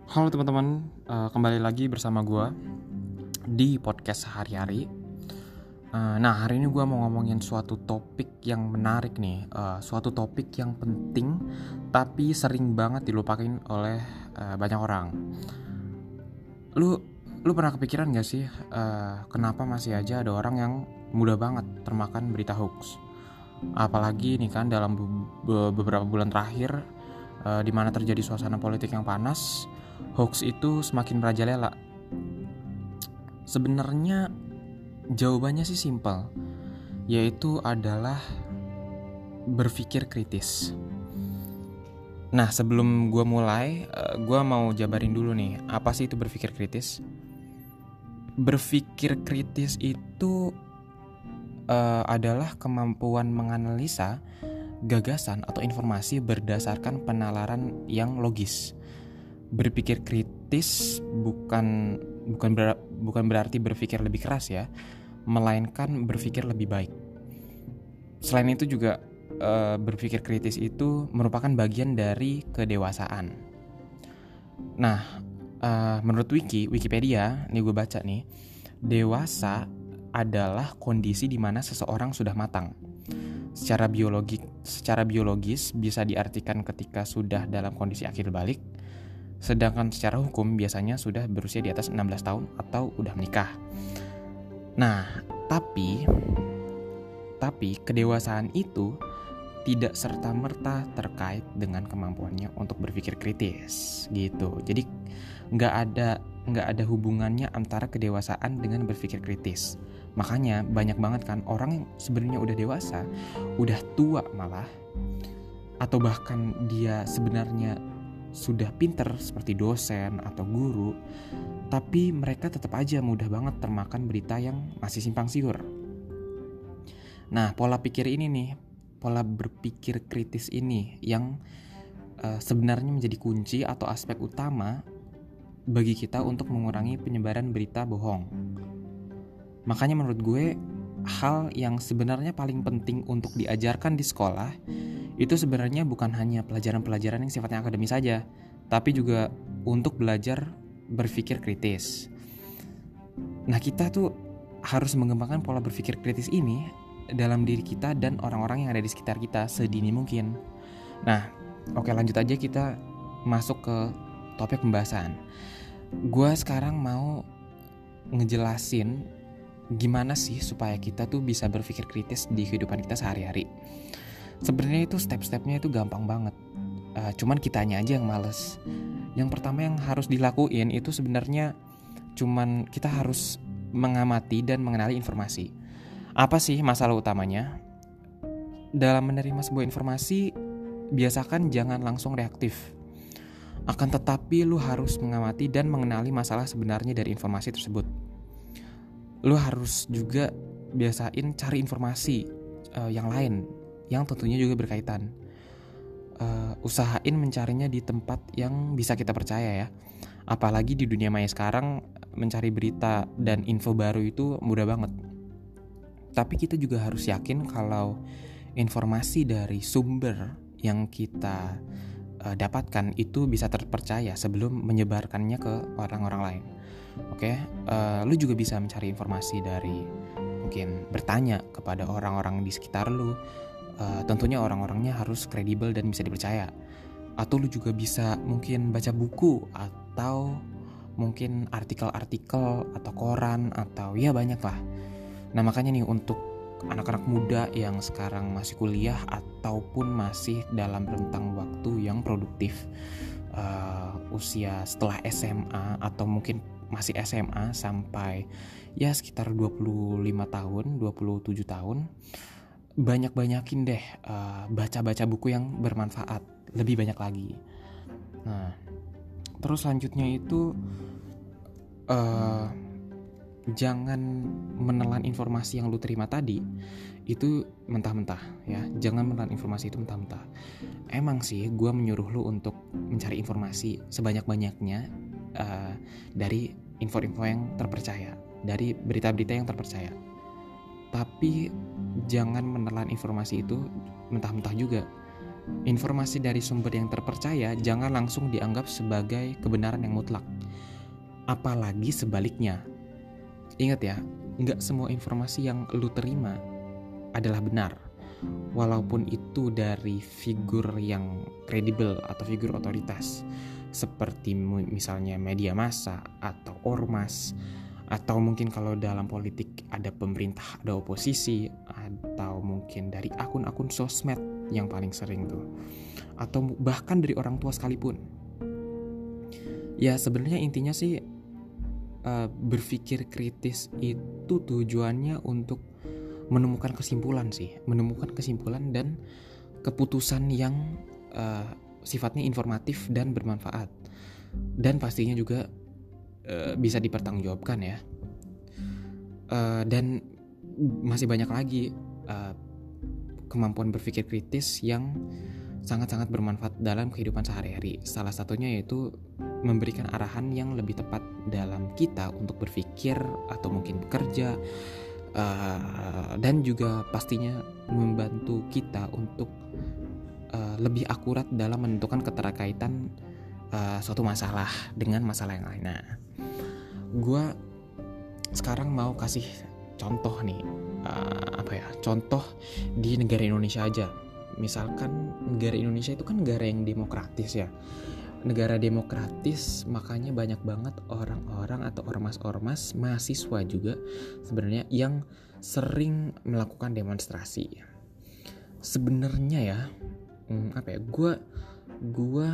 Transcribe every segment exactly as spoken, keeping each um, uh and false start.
Halo teman-teman, uh, kembali lagi bersama gue di podcast sehari-hari. Uh, nah hari ini gue mau ngomongin suatu topik yang menarik nih, uh, suatu topik yang penting tapi sering banget dilupain oleh uh, banyak orang. Lu lu pernah kepikiran gak sih uh, kenapa masih aja ada orang yang mudah banget termakan berita hoax? Apalagi nih kan dalam be- beberapa bulan terakhir, uh, di mana terjadi suasana politik yang panas, hoax itu semakin merajalela. Sebenarnya jawabannya sih simpel, yaitu adalah berpikir kritis. Nah sebelum gue mulai, gue mau jabarin dulu nih, apa sih itu berpikir kritis? Berpikir kritis itu uh, adalah kemampuan menganalisa gagasan atau informasi berdasarkan penalaran yang logis. Berpikir kritis bukan bukan ber, bukan berarti berpikir lebih keras ya, melainkan berpikir lebih baik. Selain itu juga e, berpikir kritis itu merupakan bagian dari kedewasaan. Nah, e, menurut wiki Wikipedia, nih gue baca nih, dewasa adalah kondisi di mana seseorang sudah matang. Secara biologis, secara biologis bisa diartikan ketika sudah dalam kondisi akil balik. Sedangkan secara hukum biasanya sudah berusia di atas enam belas tahun atau udah menikah. Nah, tapi tapi kedewasaan itu tidak serta-merta terkait dengan kemampuannya untuk berpikir kritis gitu. Jadi nggak ada nggak ada hubungannya antara kedewasaan dengan berpikir kritis. Makanya banyak banget kan orang yang sebenarnya udah dewasa, udah tua malah, atau bahkan dia sebenarnya sudah pinter seperti dosen atau guru, tapi mereka tetap aja mudah banget termakan berita yang masih simpang siur. Nah, pola pikir ini nih, pola berpikir kritis ini yang uh, sebenarnya menjadi kunci atau aspek utama bagi kita untuk mengurangi penyebaran berita bohong. Makanya menurut gue, hal yang sebenarnya paling penting untuk diajarkan di sekolah itu sebenarnya bukan hanya pelajaran-pelajaran yang sifatnya akademis saja, tapi juga untuk belajar berpikir kritis. Nah, kita tuh harus mengembangkan pola berpikir kritis ini dalam diri kita dan orang-orang yang ada di sekitar kita sedini mungkin. Nah, oke lanjut aja kita masuk ke topik pembahasan. Gue sekarang mau ngejelasin gimana sih supaya kita tuh bisa berpikir kritis di kehidupan kita sehari-hari. Sebenarnya itu step-stepnya itu gampang banget, uh, cuman kitanya aja yang males. Yang pertama yang harus dilakuin itu sebenarnya cuman kita harus mengamati dan mengenali informasi. Apa sih masalah utamanya? Dalam menerima sebuah informasi, biasakan jangan langsung reaktif. Akan tetapi lu harus mengamati dan mengenali masalah sebenarnya dari informasi tersebut. Lu harus juga biasain cari informasi uh, yang lain yang tentunya juga berkaitan. Uh, usahain mencarinya di tempat yang bisa kita percaya ya. Apalagi di dunia maya sekarang, mencari berita dan info baru itu mudah banget. Tapi kita juga harus yakin kalau informasi dari sumber yang kita uh, dapatkan itu bisa terpercaya sebelum menyebarkannya ke orang-orang lain. Oke, okay? uh, lu juga bisa mencari informasi dari mungkin bertanya kepada orang-orang di sekitar lu. Uh, tentunya orang-orangnya harus kredibel dan bisa dipercaya. Atau lu juga bisa mungkin baca buku atau mungkin artikel-artikel atau koran atau ya banyak lah. Nah makanya nih untuk anak-anak muda yang sekarang masih kuliah ataupun masih dalam rentang waktu yang produktif, uh, usia setelah S M A atau mungkin masih S M A sampai ya sekitar dua puluh lima tahun, dua puluh tujuh tahun, banyak-banyakin deh uh, baca-baca buku yang bermanfaat, lebih banyak lagi. Nah, terus selanjutnya itu uh, jangan menelan informasi yang lu terima tadi itu mentah-mentah ya. Jangan menelan informasi itu mentah-mentah. Emang sih gue menyuruh lu untuk mencari informasi sebanyak-banyaknya uh, dari info-info yang terpercaya, dari berita-berita yang terpercaya. Tapi jangan menelan informasi itu mentah-mentah juga. Informasi dari sumber yang terpercaya jangan langsung dianggap sebagai kebenaran yang mutlak. Apalagi sebaliknya. Ingat ya, nggak semua informasi yang lu terima adalah benar. Walaupun itu dari figur yang kredibel atau figur otoritas. Seperti misalnya media massa atau ormas. Atau mungkin kalau dalam politik ada pemerintah, ada oposisi, atau mungkin dari akun-akun sosmed yang paling sering tuh, atau bahkan dari orang tua sekalipun. Ya sebenarnya intinya sih uh, berpikir kritis itu tujuannya untuk menemukan kesimpulan sih, menemukan kesimpulan dan keputusan yang uh, sifatnya informatif dan bermanfaat, dan pastinya juga bisa dipertanggungjawabkan ya. Uh, dan masih banyak lagi uh, kemampuan berpikir kritis yang sangat-sangat bermanfaat dalam kehidupan sehari-hari. Salah satunya yaitu memberikan arahan yang lebih tepat dalam kita untuk berpikir atau mungkin bekerja, uh, dan juga pastinya membantu kita untuk uh, lebih akurat dalam menentukan keterkaitan uh, suatu masalah dengan masalah yang lain. Nah, gue sekarang mau kasih contoh nih, uh, apa ya, contoh di negara Indonesia aja. Misalkan negara Indonesia itu kan negara yang demokratis ya, negara demokratis, makanya banyak banget orang-orang atau ormas-ormas, mahasiswa juga sebenarnya yang sering melakukan demonstrasi. Sebenarnya ya, hmm, apa ya, gue gue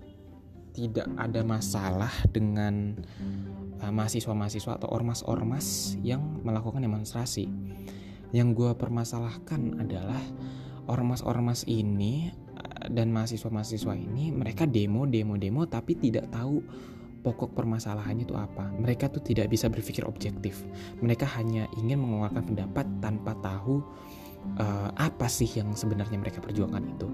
tidak ada masalah dengan uh, mahasiswa-mahasiswa atau ormas-ormas yang melakukan demonstrasi. Yang gue permasalahkan adalah ormas-ormas ini uh, dan mahasiswa-mahasiswa ini, mereka demo-demo-demo tapi tidak tahu pokok permasalahannya itu apa. Mereka tuh tidak bisa berpikir objektif. Mereka hanya ingin mengeluarkan pendapat tanpa tahu uh, apa sih yang sebenarnya mereka perjuangkan itu.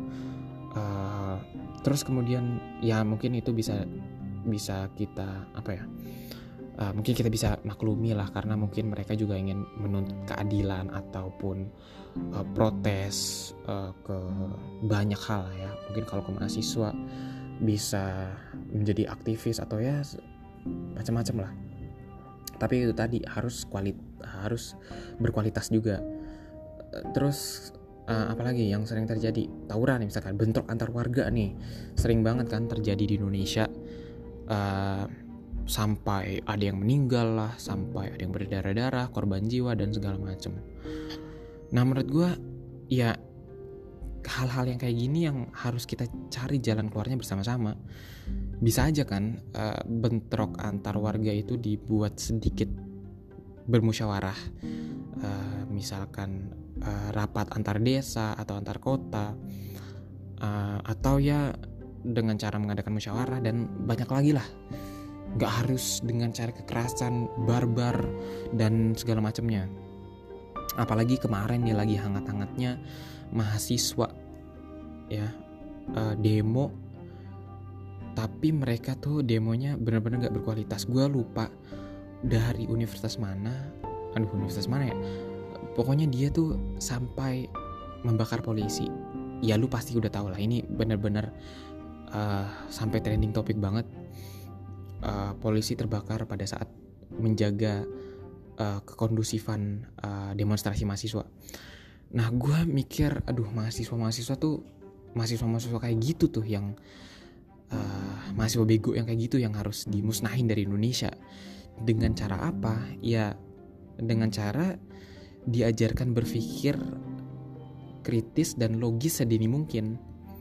Uh, terus kemudian ya mungkin itu bisa bisa kita apa ya uh, mungkin kita bisa maklumi lah, karena mungkin mereka juga ingin menuntut keadilan ataupun uh, protes uh, ke banyak hal ya. Mungkin kalau ke mahasiswa bisa menjadi aktivis atau ya macam-macam lah. Tapi itu tadi harus kualit harus berkualitas juga. Uh, terus Uh, apalagi yang sering terjadi, tawuran misalkan, bentrok antar warga nih, sering banget kan terjadi di Indonesia, uh, sampai ada yang meninggal lah, sampai ada yang berdarah-darah, korban jiwa dan segala macam. Nah menurut gue ya hal-hal yang kayak gini yang harus kita cari jalan keluarnya bersama-sama. Bisa aja kan uh, bentrok antar warga itu dibuat sedikit bermusyawarah, uh, misalkan Uh, rapat antar desa atau antar kota, uh, atau ya dengan cara mengadakan musyawarah dan banyak lagi lah. Gak harus dengan cara kekerasan, barbar dan segala macamnya. Apalagi kemarin nih lagi hangat-hangatnya mahasiswa ya uh, demo, tapi mereka tuh demonya benar-benar gak berkualitas. Gue lupa dari universitas mana, aduh universitas mana ya. Pokoknya dia tuh sampai membakar polisi. Ya lu pasti udah tahu lah, ini benar-benar uh, sampai trending topik banget. Uh, polisi terbakar pada saat menjaga uh, kekondusifan uh, demonstrasi mahasiswa. Nah gue mikir, aduh mahasiswa-mahasiswa tuh, mahasiswa-mahasiswa kayak gitu tuh yang uh, mahasiswa bego yang kayak gitu yang harus dimusnahin dari Indonesia. Dengan cara apa? Ya dengan cara diajarkan berpikir kritis dan logis sedini mungkin.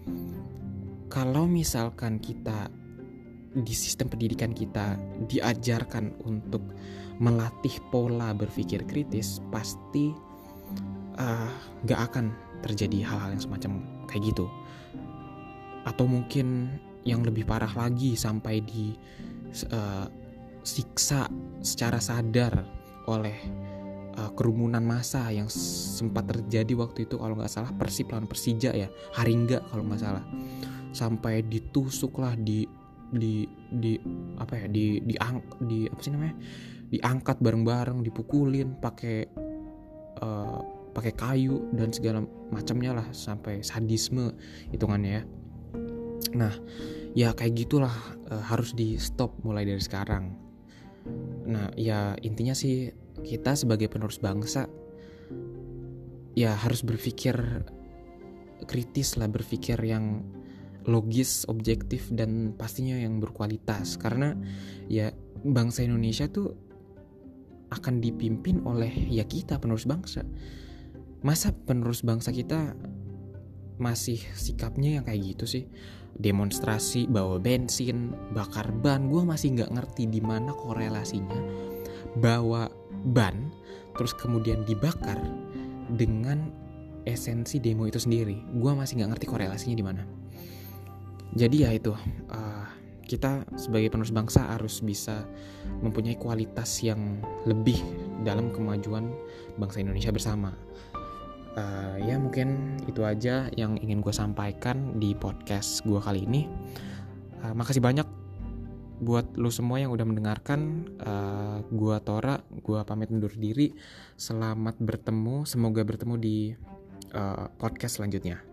Kalau misalkan kita di sistem pendidikan kita diajarkan untuk melatih pola berpikir kritis, pasti uh, gak akan terjadi hal-hal yang semacam kayak gitu. Atau mungkin yang lebih parah lagi, sampai di uh, siksa secara sadar oleh kerumunan massa yang sempat terjadi waktu itu, kalau nggak salah Persib lawan Persija ya, Haringga kalau nggak salah, sampai ditusuk lah, di di di apa ya di di, ang, di apa sih namanya diangkat bareng-bareng, dipukulin pakai uh, pakai kayu dan segala macamnya lah, sampai sadisme hitungannya ya. Nah, ya kayak gitulah, e, harus di stop mulai dari sekarang. Nah, ya intinya sih kita sebagai penerus bangsa ya harus berpikir kritis lah, berpikir yang logis, objektif, dan pastinya yang berkualitas. Karena ya bangsa Indonesia tuh akan dipimpin oleh ya kita penerus bangsa. Masa penerus bangsa kita masih sikapnya yang kayak gitu sih? Demonstrasi, bawa bensin, bakar ban. Gue masih nggak ngerti di mana korelasinya bawa ban terus kemudian dibakar dengan esensi demo itu sendiri. Gue masih nggak ngerti korelasinya di mana. Jadi ya itu, uh, kita sebagai penerus bangsa harus bisa mempunyai kualitas yang lebih dalam kemajuan bangsa Indonesia bersama. Uh, ya mungkin itu aja yang ingin gue sampaikan di podcast gue kali ini. Uh, makasih banyak buat lo semua yang udah mendengarkan. uh, Gue Tora, gue pamit undur diri. Selamat bertemu, semoga bertemu di uh, podcast selanjutnya.